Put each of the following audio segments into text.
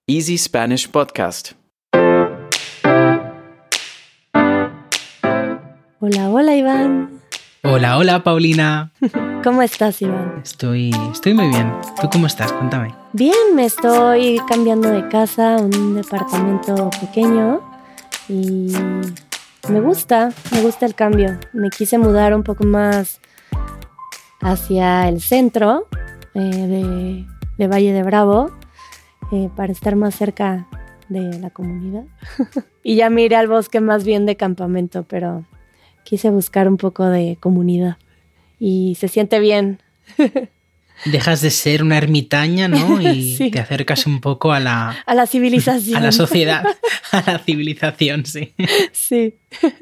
Easy Spanish Podcast. Hola, hola Iván. Hola, hola Paulina. ¿Cómo estás, Iván? Estoy muy bien. ¿Tú cómo estás? Cuéntame. Bien, me estoy cambiando de casa, un departamento pequeño y me gusta el cambio. Me quise mudar un poco más hacia el centro de Valle de Bravo para estar más cerca de la comunidad. Y ya me iré al bosque más bien de campamento, pero quise buscar un poco de comunidad y se siente bien. Dejas de ser una ermitaña, ¿no? Y Sí. te acercas un poco a la civilización. a la sociedad, a la civilización, sí. Sí.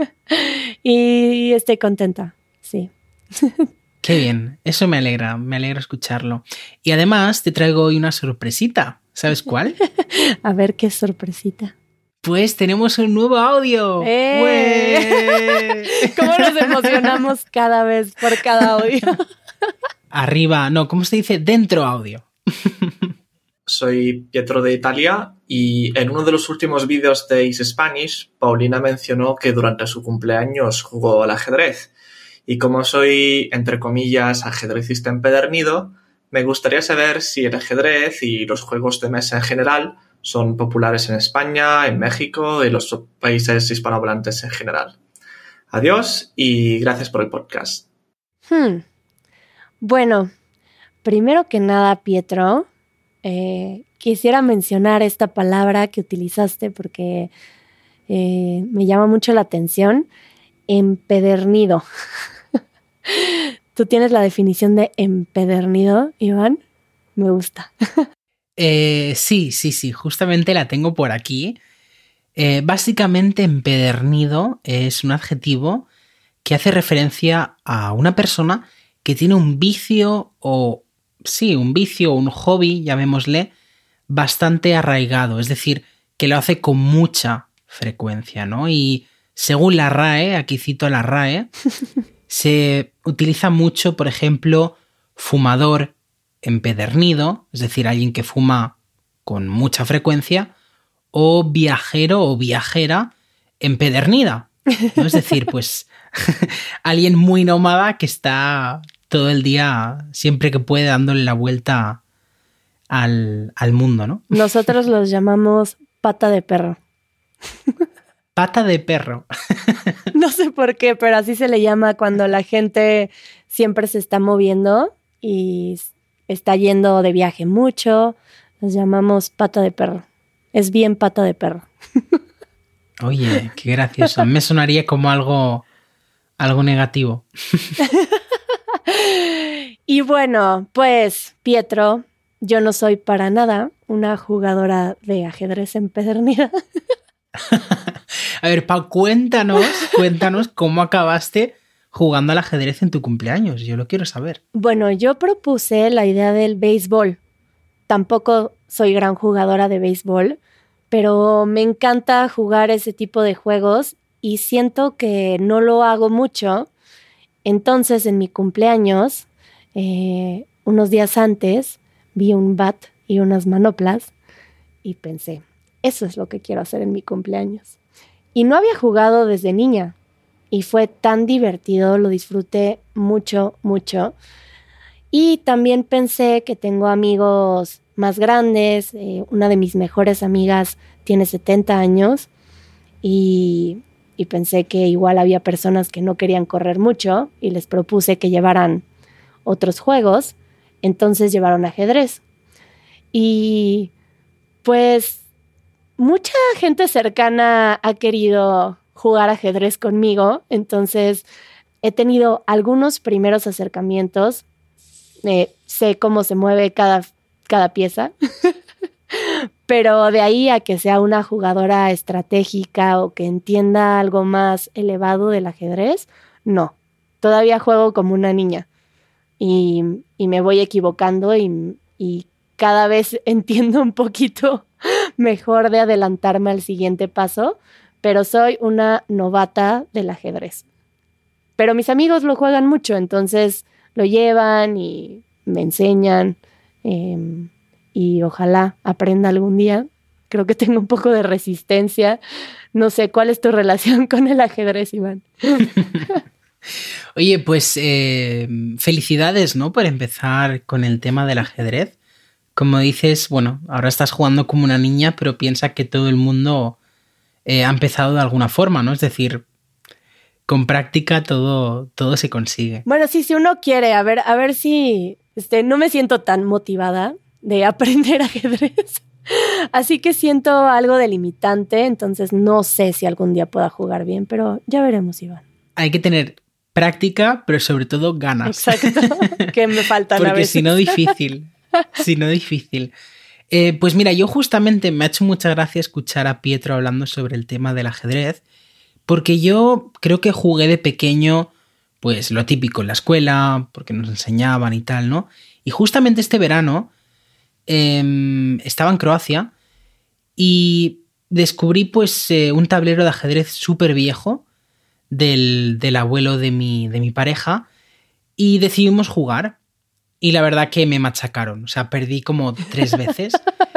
Y estoy contenta, sí. Qué bien, eso me alegra escucharlo. Y además te traigo hoy una sorpresita. ¿Sabes cuál? A ver qué sorpresita. Pues tenemos un nuevo audio. ¡Ué! ¿Cómo nos emocionamos cada vez por cada audio? Arriba, no, ¿cómo se dice? Dentro audio. Soy Pietro de Italia y en uno de los últimos vídeos de Easy Spanish, Paulina mencionó que durante su cumpleaños jugó al ajedrez. Y como soy, entre comillas, ajedrecista empedernido, me gustaría saber si el ajedrez y los juegos de mesa en general son populares en España, en México y los países hispanohablantes en general. Adiós y gracias por el podcast. Bueno, primero que nada, Pietro, quisiera mencionar esta palabra que utilizaste porque me llama mucho la atención. Empedernido. ¿Tú tienes la definición de empedernido, Iván? Me gusta. Sí, justamente la tengo por aquí. Básicamente, empedernido es un adjetivo que hace referencia a una persona que tiene un vicio o un hobby, llamémosle, bastante arraigado, es decir, que lo hace con mucha frecuencia, ¿no? Y según la RAE, aquí cito la RAE, se utiliza mucho, por ejemplo, fumador empedernido, es decir, alguien que fuma con mucha frecuencia, o viajero o viajera empedernida, ¿no? Es decir, pues alguien muy nómada que está todo el día, siempre que puede, dándole la vuelta al mundo, ¿no? Nosotros los llamamos pata de perro. Pata de perro. No sé por qué, pero así se le llama cuando la gente siempre se está moviendo y está yendo de viaje mucho. Los llamamos pata de perro. Es bien pata de perro. Oye, qué gracioso. Me sonaría como algo negativo. Y bueno, pues, Pietro, yo no soy para nada una jugadora de ajedrez empedernida. A ver, Pau, cuéntanos cómo acabaste jugando al ajedrez en tu cumpleaños. Yo lo quiero saber. Bueno, yo propuse la idea del béisbol. Tampoco soy gran jugadora de béisbol, pero me encanta jugar ese tipo de juegos y siento que no lo hago mucho. Entonces, en mi cumpleaños, unos días antes, vi un bat y unas manoplas y pensé, eso es lo que quiero hacer en mi cumpleaños. Y no había jugado desde niña y fue tan divertido, lo disfruté mucho, mucho. Y también pensé que tengo amigos más grandes, una de mis mejores amigas tiene 70 años y pensé que igual había personas que no querían correr mucho y les propuse que llevaran otros juegos, entonces llevaron ajedrez. Y pues mucha gente cercana ha querido jugar ajedrez conmigo, entonces he tenido algunos primeros acercamientos. Sé cómo se mueve cada pieza, pero de ahí a que sea una jugadora estratégica o que entienda algo más elevado del ajedrez, no. Todavía juego como una niña y me voy equivocando y cada vez entiendo un poquito mejor de adelantarme al siguiente paso, pero soy una novata del ajedrez. Pero mis amigos lo juegan mucho, entonces lo llevan y me enseñan y ojalá aprenda algún día, creo que tengo un poco de resistencia. No sé, ¿cuál es tu relación con el ajedrez, Iván? Oye, pues felicidades, ¿no? Por empezar con el tema del ajedrez. Como dices, bueno, ahora estás jugando como una niña, pero piensa que todo el mundo ha empezado de alguna forma, ¿no? Es decir, con práctica todo se consigue. Bueno, sí, si uno quiere, a ver si no me siento tan motivada de aprender ajedrez. Así que siento algo de limitante, entonces no sé si algún día pueda jugar bien, pero ya veremos, Iván. Hay que tener práctica, pero sobre todo ganas. Exacto, que me faltan a veces. Porque si no, difícil. Pues mira, yo justamente me ha hecho mucha gracia escuchar a Pietro hablando sobre el tema del ajedrez, porque yo creo que jugué de pequeño, pues lo típico en la escuela, porque nos enseñaban y tal, ¿no? Y justamente este verano estaba en Croacia y descubrí pues un tablero de ajedrez súper viejo del abuelo de mi pareja y decidimos jugar. Y la verdad que me machacaron, o sea, perdí como 3 veces.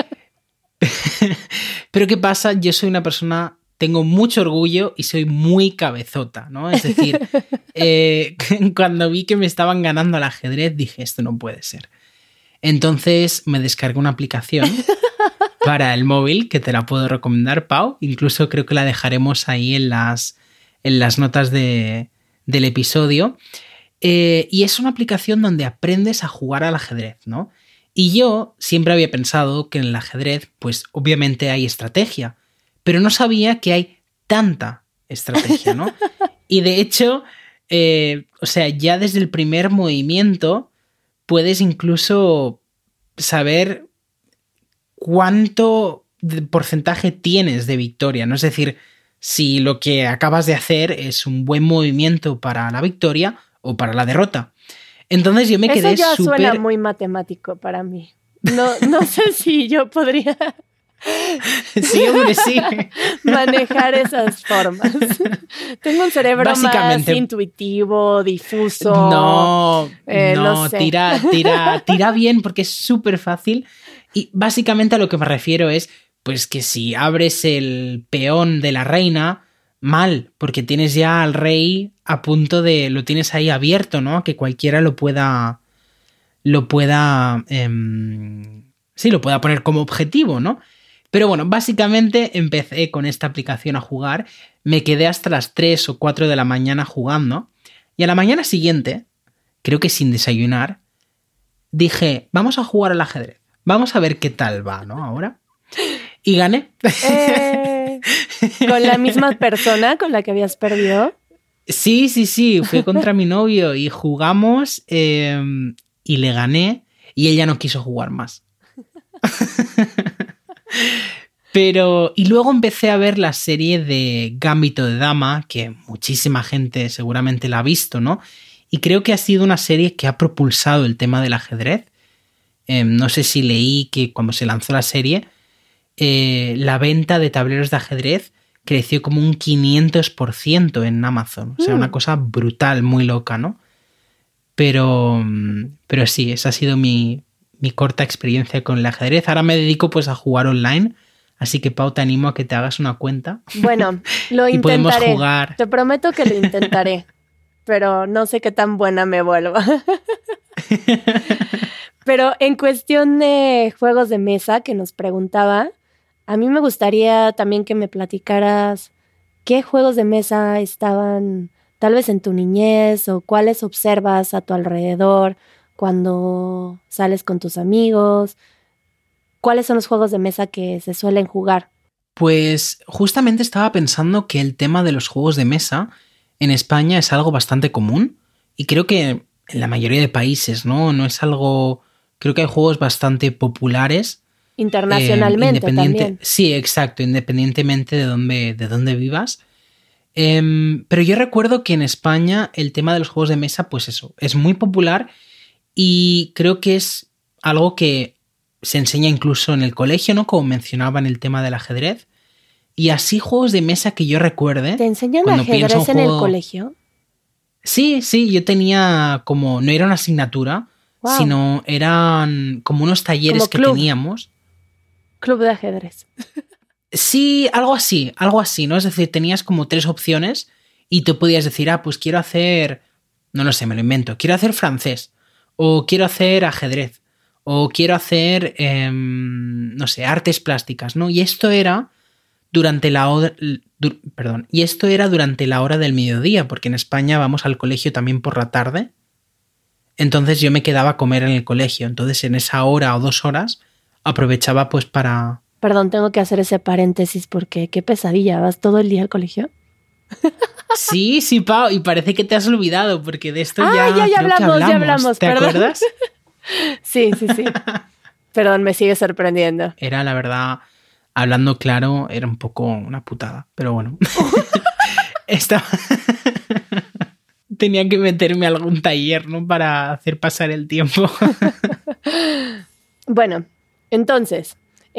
Pero ¿qué pasa? Yo soy una persona, tengo mucho orgullo y soy muy cabezota, ¿no? Es decir, cuando vi que me estaban ganando al ajedrez, dije, esto no puede ser. Entonces me descargué una aplicación para el móvil que te la puedo recomendar, Pau. Incluso creo que la dejaremos ahí en las notas del episodio. Y es una aplicación donde aprendes a jugar al ajedrez, ¿no? Y yo siempre había pensado que en el ajedrez, pues obviamente hay estrategia, pero no sabía que hay tanta estrategia, ¿no? Y de hecho, o sea, ya desde el primer movimiento puedes incluso saber cuánto porcentaje tienes de victoria, ¿no? Es decir, si lo que acabas de hacer es un buen movimiento para la victoria o para la derrota. Entonces yo me quedé súper... Eso ya suena muy matemático para mí. No sé si yo podría... Sí, hombre, sí. Manejar esas formas. Tengo un cerebro más intuitivo, difuso. No sé. Tira bien porque es súper fácil. Y básicamente a lo que me refiero es pues que si abres el peón de la reina, mal, porque tienes ya al rey a punto de... Lo tienes ahí abierto, ¿no? Que cualquiera lo pueda poner como objetivo, ¿no? Pero bueno, básicamente empecé con esta aplicación a jugar, me quedé hasta las 3 o 4 de la mañana jugando y a la mañana siguiente, creo que sin desayunar, dije, vamos a jugar al ajedrez, vamos a ver qué tal va, ¿no? Ahora. Y gané. ¿Con la misma persona con la que habías perdido? Sí, fui contra mi novio y jugamos y le gané y él ya no quiso jugar más. Y luego empecé a ver la serie de Gambito de Dama, que muchísima gente seguramente la ha visto, ¿no? Y creo que ha sido una serie que ha propulsado el tema del ajedrez. No sé si leí que cuando se lanzó la serie, la venta de tableros de ajedrez creció como un 500% en Amazon. O sea, una cosa brutal, muy loca, ¿no? Pero sí, esa ha sido mi corta experiencia con el ajedrez. Ahora me dedico pues a jugar online, así que Pau, te animo a que te hagas una cuenta. Bueno, lo intentaré. Podemos jugar. Te prometo que lo intentaré, pero no sé qué tan buena me vuelva. Pero en cuestión de juegos de mesa que nos preguntaba, a mí me gustaría también que me platicaras qué juegos de mesa estaban tal vez en tu niñez o cuáles observas a tu alrededor cuando sales con tus amigos. ¿Cuáles son los juegos de mesa que se suelen jugar? Pues justamente estaba pensando que el tema de los juegos de mesa en España es algo bastante común y creo que en la mayoría de países, ¿no? No es algo... Creo que hay juegos bastante populares. Internacionalmente también. Sí, exacto, independientemente de dónde vivas. Pero yo recuerdo que en España el tema de los juegos de mesa, pues eso, es muy popular y creo que es algo que se enseña incluso en el colegio, ¿no? Como mencionaba en el tema del ajedrez. Y así juegos de mesa que yo recuerde. ¿Te enseñan ajedrez en el colegio? Sí, yo tenía como... No era una asignatura, sino eran como unos talleres como que teníamos. Club de ajedrez. Sí, algo así, ¿no? Es decir, tenías como 3 opciones y tú podías decir, pues quiero hacer, no lo sé, me lo invento, quiero hacer francés, o quiero hacer ajedrez, o quiero hacer, no sé, artes plásticas, ¿no? Y esto era durante la hora, y esto era durante la hora del mediodía, porque en España vamos al colegio también por la tarde. Entonces yo me quedaba a comer en el colegio. Entonces en esa hora o 2 horas aprovechaba pues para... Perdón, tengo que hacer ese paréntesis porque qué pesadilla, ¿vas todo el día al colegio? Sí, Pau, y parece que te has olvidado porque de esto ya hablamos, ¿Te perdón. acuerdas? Sí. Perdón, me sigue sorprendiendo. Era, la verdad, hablando claro, era un poco una putada, pero bueno. Tenía que meterme a algún taller, ¿no? Para hacer pasar el tiempo. Bueno, entonces,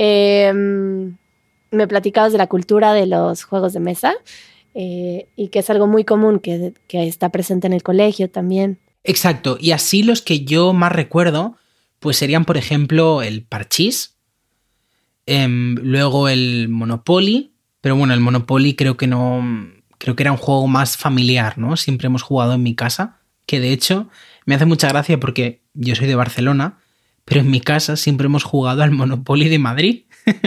me platicabas de la cultura de los juegos de mesa y que es algo muy común que está presente en el colegio también. Exacto, y así los que yo más recuerdo, pues serían, por ejemplo, el parchís, luego el Monopoly, pero bueno, el Monopoly creo que era un juego más familiar, ¿no? Siempre hemos jugado en mi casa, que de hecho me hace mucha gracia porque yo soy de Barcelona, pero en mi casa siempre hemos jugado al Monopoly de Madrid.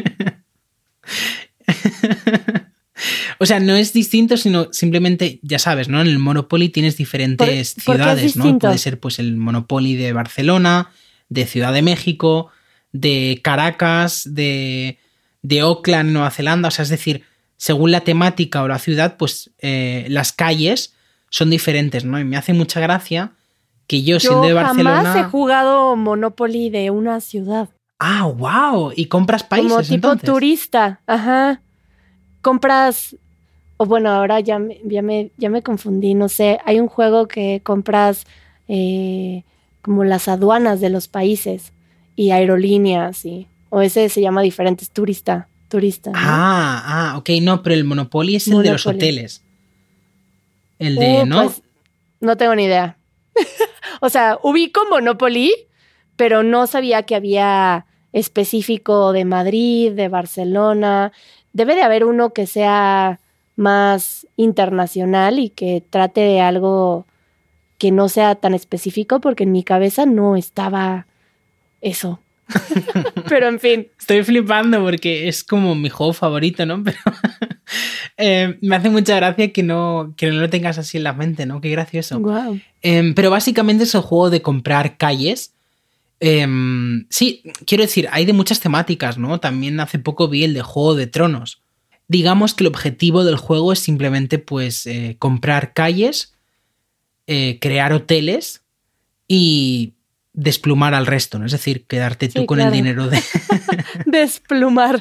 O sea, no es distinto, sino simplemente, ya sabes, ¿no? En el Monopoly tienes diferentes ciudades, ¿no? Puede ser pues el Monopoly de Barcelona, de Ciudad de México, de Caracas, de Auckland, Nueva Zelanda. O sea, es decir, según la temática o la ciudad, pues las calles son diferentes, ¿no? Y me hace mucha gracia que yo siendo de Barcelona... Yo jamás he jugado Monopoly de una ciudad. ¡Ah, wow! ¿Y compras países como tipo entonces? Turista, ajá. Compras... O bueno, ahora ya me confundí, no sé. Hay un juego que compras como las aduanas de los países y aerolíneas, o ese se llama diferente, es turista, ¿no? Ok, no, pero el Monopoly es el de los hoteles. El de, ¿no? Pues no tengo ni idea. O sea, ubico Monopoly, pero no sabía que había específico de Madrid, de Barcelona. Debe de haber uno que sea más internacional y que trate de algo que no sea tan específico, porque en mi cabeza no estaba eso. Pero en fin. Estoy flipando porque es como mi juego favorito, ¿no? Pero me hace mucha gracia que no lo tengas así en la mente, ¿no? Qué gracioso. Wow. Pero básicamente es el juego de comprar calles. Sí, quiero decir, hay de muchas temáticas, ¿no? También hace poco vi el de Juego de Tronos. Digamos que el objetivo del juego es simplemente, pues, comprar calles, crear hoteles y desplumar al resto, ¿no? Es decir, quedarte tú con el dinero de... Desplumar.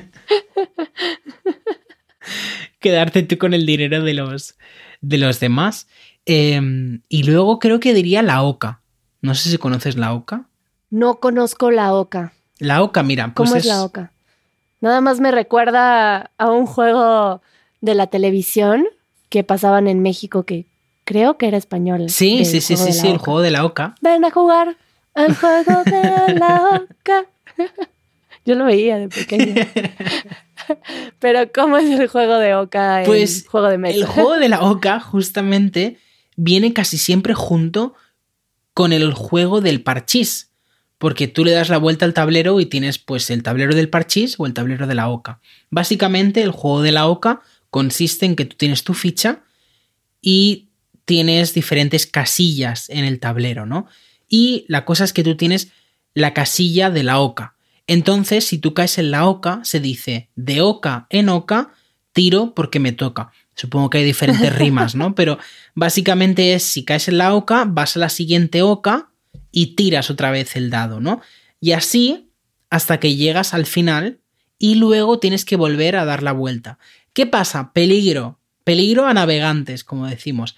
Quedarte tú con el dinero de los demás. Y luego creo que diría la Oca. No sé si conoces la Oca. No conozco la Oca. La Oca, mira. Pues ¿Cómo es la Oca? Nada más me recuerda a un juego de la televisión que pasaban en México que creo que era español. Sí, el juego de la Oca. Ven a jugar al juego de la Oca. Yo lo veía de pequeña. Pero ¿cómo es el juego de Oca en juego de mesa? El juego de la Oca justamente viene casi siempre junto con el juego del parchís. Porque tú le das la vuelta al tablero y tienes pues el tablero del parchís o el tablero de la Oca. Básicamente el juego de la Oca consiste en que tú tienes tu ficha y tienes diferentes casillas en el tablero, ¿no? Y la cosa es que tú tienes la casilla de la Oca. Entonces, si tú caes en la Oca, se dice de Oca en Oca, tiro porque me toca. Supongo que hay diferentes rimas, ¿no? Pero básicamente es, si caes en la Oca, vas a la siguiente Oca y tiras otra vez el dado, ¿no? Y así hasta que llegas al final y luego tienes que volver a dar la vuelta. ¿Qué pasa? Peligro a navegantes, como decimos.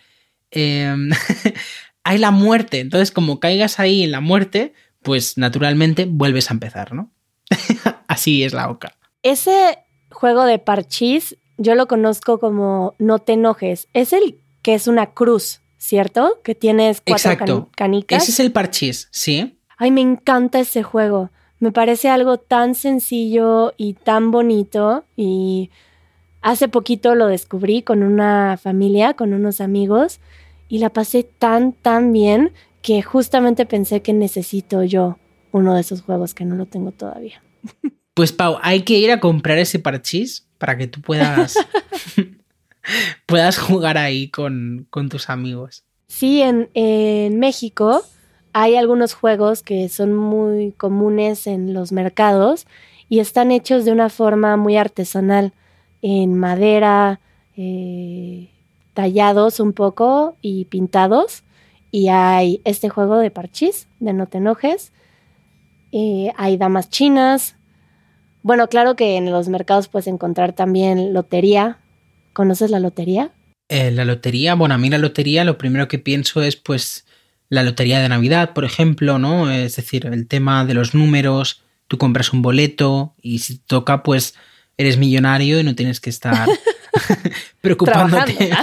Hay la muerte, entonces como caigas ahí en la muerte, pues naturalmente vuelves a empezar, ¿no? Así es la Oca. Ese juego de parchís yo lo conozco como No te enojes. Es el que es una cruz, ¿cierto? Que tienes 4 canicas. Ese es el parchís, sí. Ay, me encanta ese juego. Me parece algo tan sencillo y tan bonito, y hace poquito lo descubrí con una familia, con unos amigos, y la pasé tan bien que justamente pensé que necesito yo uno de esos juegos que no lo tengo todavía. Pues Pau, hay que ir a comprar ese parchís para que tú puedas, puedas jugar ahí con tus amigos. Sí, en México hay algunos juegos que son muy comunes en los mercados y están hechos de una forma muy artesanal, en madera, tallados un poco y pintados. Y hay este juego de parchís, de No te enojes. Hay damas chinas. Bueno, claro que en los mercados puedes encontrar también lotería. ¿Conoces la lotería? La lotería, bueno, a mí la lotería lo primero que pienso es pues la lotería de Navidad, por ejemplo, ¿no? Es decir, el tema de los números, tú compras un boleto y si toca pues eres millonario y no tienes que estar preocupándote.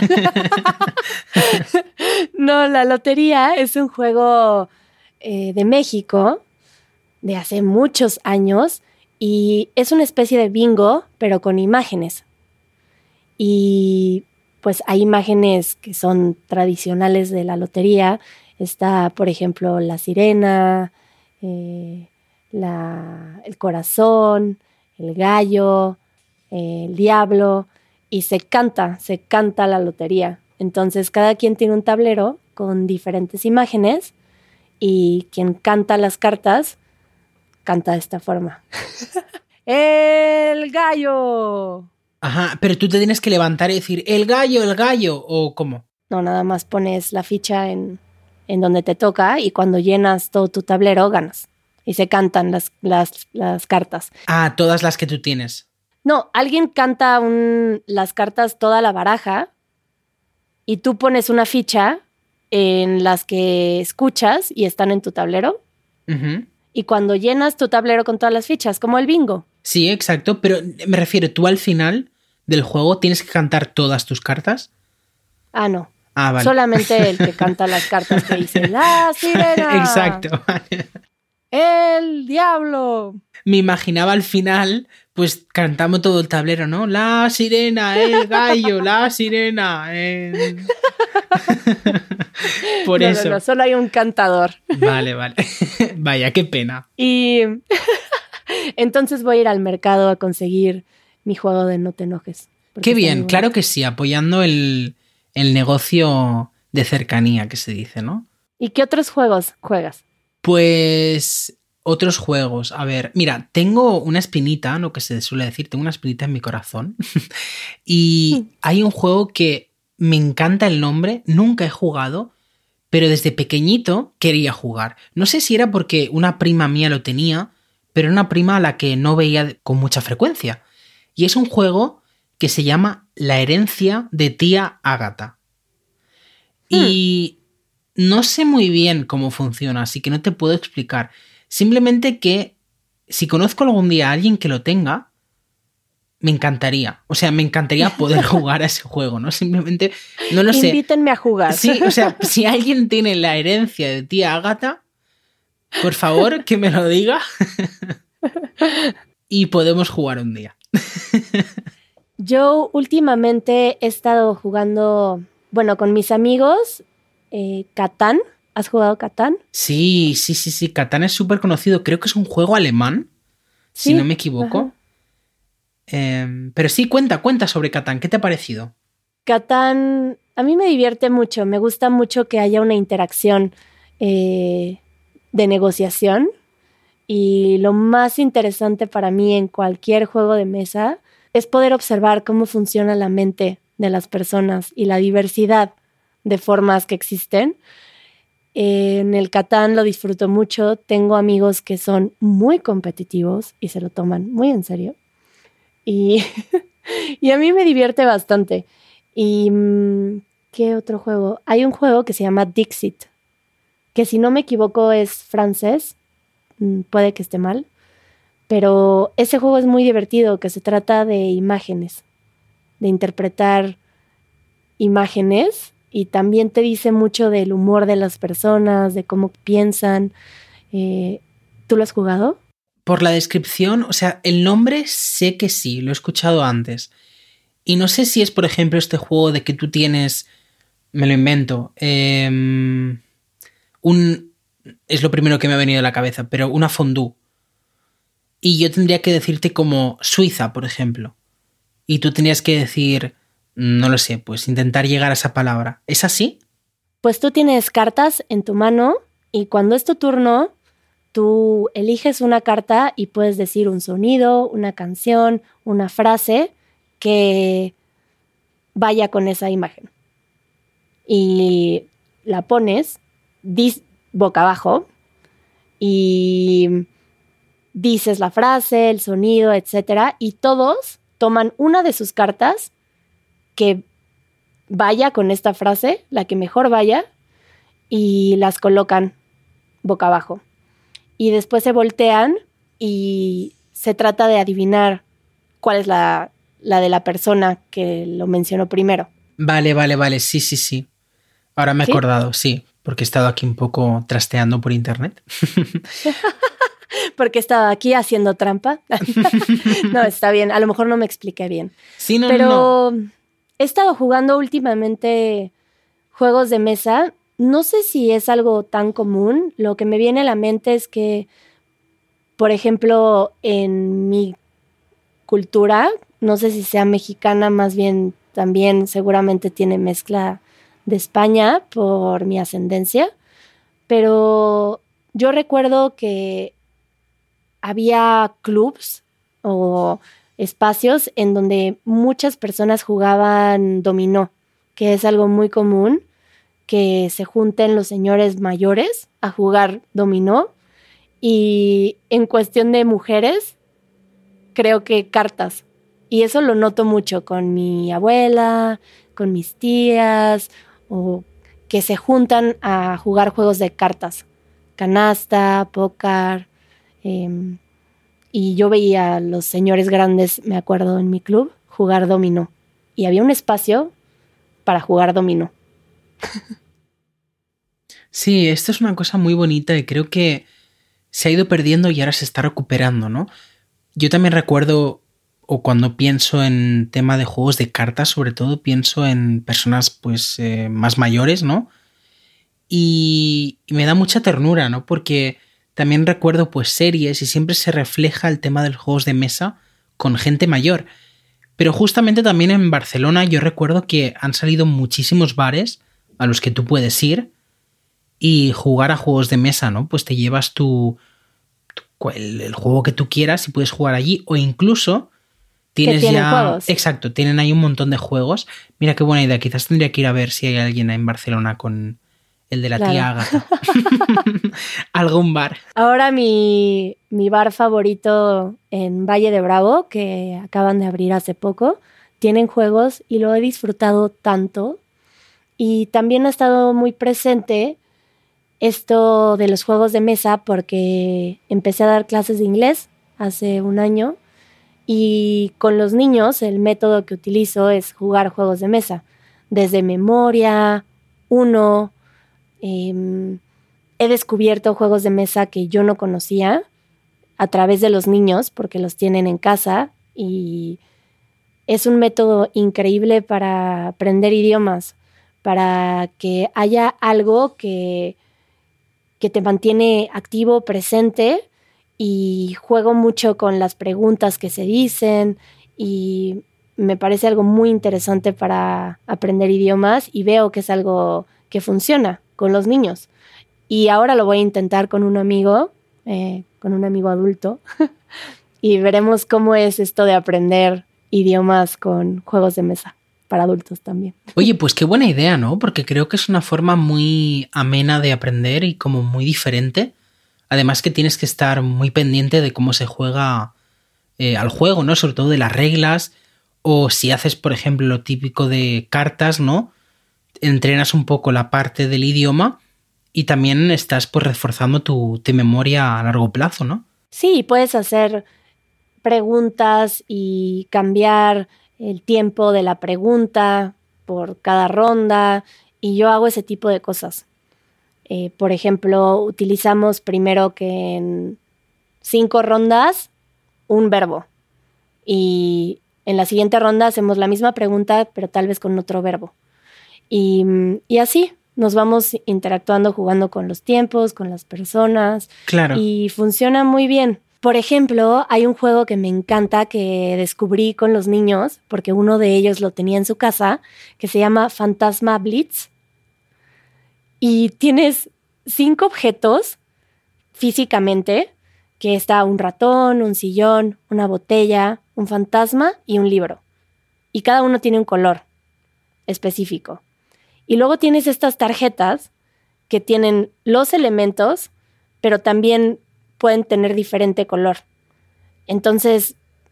No, la lotería es un juego de México de hace muchos años y es una especie de bingo, pero con imágenes. Y pues hay imágenes que son tradicionales de la lotería. Está, por ejemplo, la sirena, el corazón, el gallo, el diablo, y se canta la lotería. Entonces cada quien tiene un tablero con diferentes imágenes y quien canta las cartas canta de esta forma. ¡El gallo! Ajá, pero tú te tienes que levantar y decir el gallo, ¿o cómo? No, nada más pones la ficha en donde te toca y cuando llenas todo tu tablero ganas. Y se cantan las cartas. Ah, todas las que tú tienes. No, alguien canta las cartas, toda la baraja, y tú pones una ficha en las que escuchas y están en tu tablero. Uh-huh. Y cuando llenas tu tablero con todas las fichas, como el bingo. Sí, exacto, pero me refiero, tú al final del juego tienes que cantar todas tus cartas. Ah, no. Ah, vale. Solamente el que canta las cartas que dice la sirena. Exacto. El diablo. Me imaginaba al final, pues cantamos todo el tablero, ¿no? La sirena, el gallo, la sirena. Por No, eso. No, solo hay un cantador. Vale. Vaya, qué pena. Y entonces voy a ir al mercado a conseguir mi juego de No te enojes. Qué bien, claro que sí, apoyando el negocio de cercanía que se dice, ¿no? ¿Y qué otros juegos juegas? Pues otros juegos. A ver, mira, tengo una espinita, lo que se suele decir, tengo una espinita en mi corazón. Y hay un juego que me encanta el nombre, nunca he jugado, pero desde pequeñito quería jugar. No sé si era porque una prima mía lo tenía, pero era una prima a la que no veía con mucha frecuencia. Y es un juego que se llama La herencia de tía Ágata. Y no sé muy bien cómo funciona, así que no te puedo explicar. Simplemente que si conozco algún día a alguien que lo tenga, me encantaría. O sea, me encantaría poder jugar a ese juego, ¿no? Simplemente, no lo sé. Invítenme a jugar. Sí, o sea, si alguien tiene la herencia de tía Ágata, por favor, que me lo diga. Y podemos jugar un día. Yo últimamente he estado jugando, bueno, con mis amigos, Catán. ¿Has jugado Catán? Sí. Catán es súper conocido. Creo que es un juego alemán, ¿Sí? Si no me equivoco. Pero sí, cuenta sobre Catán. ¿Qué te ha parecido? Catán, a mí me divierte mucho. Me gusta mucho que haya una interacción de negociación. Y lo más interesante para mí en cualquier juego de mesa es poder observar cómo funciona la mente de las personas y la diversidad de formas que existen. En el Catán lo disfruto mucho. Tengo amigos que son muy competitivos y se lo toman muy en serio. Y a mí me divierte bastante. ¿Y qué otro juego? Hay un juego que se llama Dixit, que si no me equivoco es francés. Puede que esté mal. Pero ese juego es muy divertido, que se trata de imágenes, de interpretar imágenes, y también te dice mucho del humor de las personas, de cómo piensan. ¿Tú lo has jugado? por la descripción, o sea, el nombre sé que sí, lo he escuchado antes. Y no sé si es, por ejemplo, este juego de que tú tienes, me lo invento, es lo primero que me ha venido a la cabeza, pero una fondue. Y yo tendría que decirte como Suiza, por ejemplo. Y tú tendrías que decir, no lo sé, pues intentar llegar a esa palabra. ¿Es así? Pues tú tienes cartas en tu mano y cuando es tu turno, tú eliges una carta y puedes decir un sonido, una canción, una frase que vaya con esa imagen. Y la pones boca abajo y dices la frase, el sonido, etcétera, y todos toman una de sus cartas que vaya con esta frase, la que mejor vaya, y las colocan boca abajo. Y después se voltean y se trata de adivinar cuál es la de la persona que lo mencionó primero. Vale, sí. Ahora me he acordado, sí, porque he estado aquí un poco trasteando por internet. Porque estaba aquí haciendo trampa. No, está bien, a lo mejor no me expliqué bien. Sí, no. Pero he estado jugando últimamente juegos de mesa. No sé si es algo tan común. Lo que me viene a la mente es que, por ejemplo, en mi cultura, no sé si sea mexicana, más bien también seguramente tiene mezcla de España por mi ascendencia, pero yo recuerdo que había clubs o espacios en donde muchas personas jugaban dominó, que es algo muy común, que se junten los señores mayores a jugar dominó. Y en cuestión de mujeres, creo que cartas. Y eso lo noto mucho con mi abuela, con mis tías, o que se juntan a jugar juegos de cartas. Canasta, póker. Y yo veía a los señores grandes, me acuerdo, en mi club, jugar dominó. Y había un espacio para jugar dominó. Sí, esto es una cosa muy bonita y creo que se ha ido perdiendo y ahora se está recuperando, ¿no? Yo también recuerdo, o cuando pienso en tema de juegos de cartas, sobre todo pienso en personas pues más mayores, ¿no? Y me da mucha ternura, ¿no? Porque también recuerdo pues series y siempre se refleja el tema de los juegos de mesa con gente mayor. Pero justamente también en Barcelona yo recuerdo que han salido muchísimos bares a los que tú puedes ir y jugar a juegos de mesa, ¿no? Pues te llevas el juego que tú quieras y puedes jugar allí, o incluso tienes ya juegos. Exacto, tienen ahí un montón de juegos. Mira qué buena idea, quizás tendría que ir a ver si hay alguien en Barcelona con el de la tía Ágata. Algún bar. Ahora mi bar favorito en Valle de Bravo, que acaban de abrir hace poco, tienen juegos y lo he disfrutado tanto. Y también ha estado muy presente esto de los juegos de mesa porque empecé a dar clases de inglés hace un año y con los niños el método que utilizo es jugar juegos de mesa, desde memoria, Uno. He descubierto juegos de mesa que yo no conocía a través de los niños porque los tienen en casa y es un método increíble para aprender idiomas, para que haya algo que te mantiene activo, presente, y juego mucho con las preguntas que se dicen y me parece algo muy interesante para aprender idiomas y veo que es algo que funciona con los niños. Y ahora lo voy a intentar con un amigo adulto y veremos cómo es esto de aprender idiomas con juegos de mesa para adultos también. Oye, pues qué buena idea, ¿no? Porque creo que es una forma muy amena de aprender y como muy diferente. Además que tienes que estar muy pendiente de cómo se juega al juego, ¿no? Sobre todo de las reglas. O si haces, por ejemplo, lo típico de cartas, ¿no? Entrenas un poco la parte del idioma y también estás pues reforzando tu memoria a largo plazo, ¿no? Sí, puedes hacer preguntas y cambiar el tiempo de la pregunta por cada ronda y yo hago ese tipo de cosas. Por ejemplo, utilizamos primero que en 5 rondas, un verbo. Y en la siguiente ronda hacemos la misma pregunta, pero tal vez con otro verbo. Y así nos vamos interactuando, jugando con los tiempos, con las personas. Claro. Y funciona muy bien. Por ejemplo, hay un juego que me encanta que descubrí con los niños, porque uno de ellos lo tenía en su casa, que se llama Fantasma Blitz. Y tienes 5 objetos físicamente, que está un ratón, un sillón, una botella, un fantasma y un libro. Y cada uno tiene un color específico. Y luego tienes estas tarjetas que tienen los elementos, pero también pueden tener diferente color. Entonces,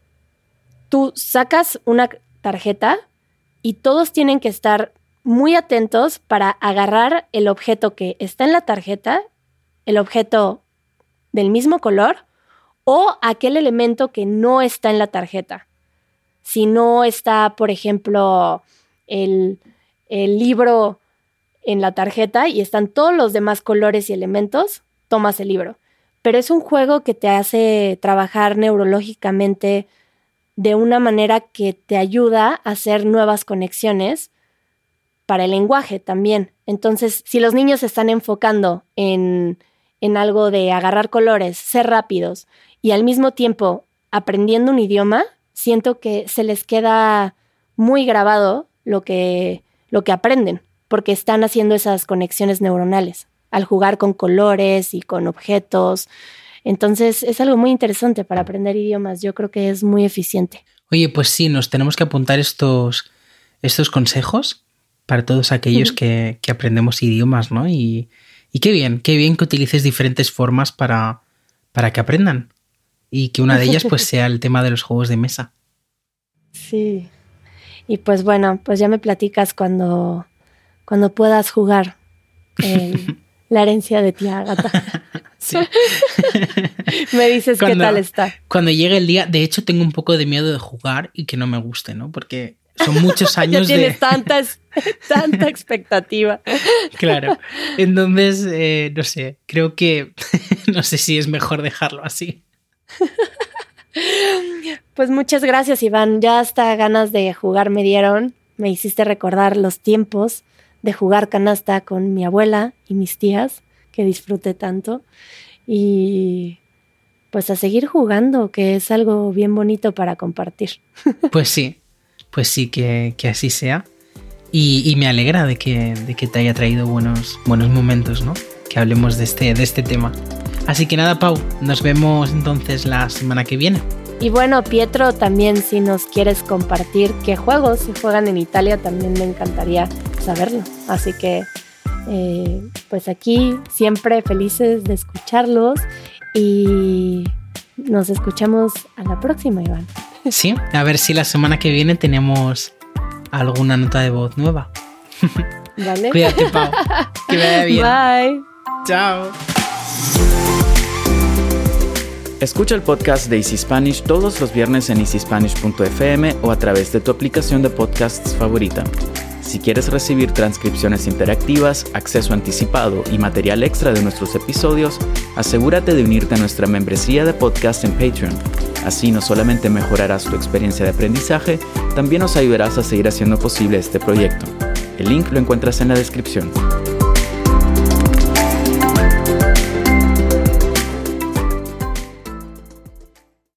tú sacas una tarjeta y todos tienen que estar muy atentos para agarrar el objeto que está en la tarjeta, el objeto del mismo color o aquel elemento que no está en la tarjeta. Si no está, por ejemplo, el libro en la tarjeta y están todos los demás colores y elementos, tomas el libro. Pero es un juego que te hace trabajar neurológicamente de una manera que te ayuda a hacer nuevas conexiones para el lenguaje también. Entonces, si los niños se están enfocando en algo de agarrar colores, ser rápidos y al mismo tiempo aprendiendo un idioma, siento que se les queda muy grabado lo que aprenden, porque están haciendo esas conexiones neuronales al jugar con colores y con objetos. Entonces es algo muy interesante para aprender idiomas. Yo creo que es muy eficiente. Oye, pues sí, nos tenemos que apuntar estos consejos para todos aquellos que aprendemos idiomas, ¿no? Y qué bien que utilices diferentes formas para que aprendan. Y que una de ellas pues sea el tema de los juegos de mesa. Sí. Y pues bueno, pues ya me platicas cuando puedas jugar La herencia de tía Ágata. Sí. Me dices qué tal está. Cuando llegue el día, de hecho tengo un poco de miedo de jugar y que no me guste, ¿no? Porque son muchos años ya tienes tanta expectativa. Claro. Entonces, no sé, creo que no sé si es mejor dejarlo así. Pues muchas gracias, Iván. Ya hasta ganas de jugar me dieron. Me hiciste recordar los tiempos de jugar canasta con mi abuela y mis tías, que disfruté tanto. Y pues a seguir jugando, que es algo bien bonito para compartir. Pues sí, que así sea. Y me alegra de que te haya traído buenos momentos, ¿no? Que hablemos de este tema. Así que nada, Pau, nos vemos entonces la semana que viene. Y bueno, Pietro, también si nos quieres compartir qué juegos se juegan en Italia, también me encantaría saberlo. Así que, pues aquí siempre felices de escucharlos y nos escuchamos a la próxima, Iván. Sí, a ver si la semana que viene tenemos alguna nota de voz nueva. Vale. Cuídate, Pau. Que vaya bien. Bye. Chao. Escucha el podcast de Easy Spanish todos los viernes en easyspanish.fm o a través de tu aplicación de podcasts favorita. Si quieres recibir transcripciones interactivas, acceso anticipado y material extra de nuestros episodios, asegúrate de unirte a nuestra membresía de podcast en Patreon. Así no solamente mejorarás tu experiencia de aprendizaje, también nos ayudarás a seguir haciendo posible este proyecto. El link lo encuentras en la descripción.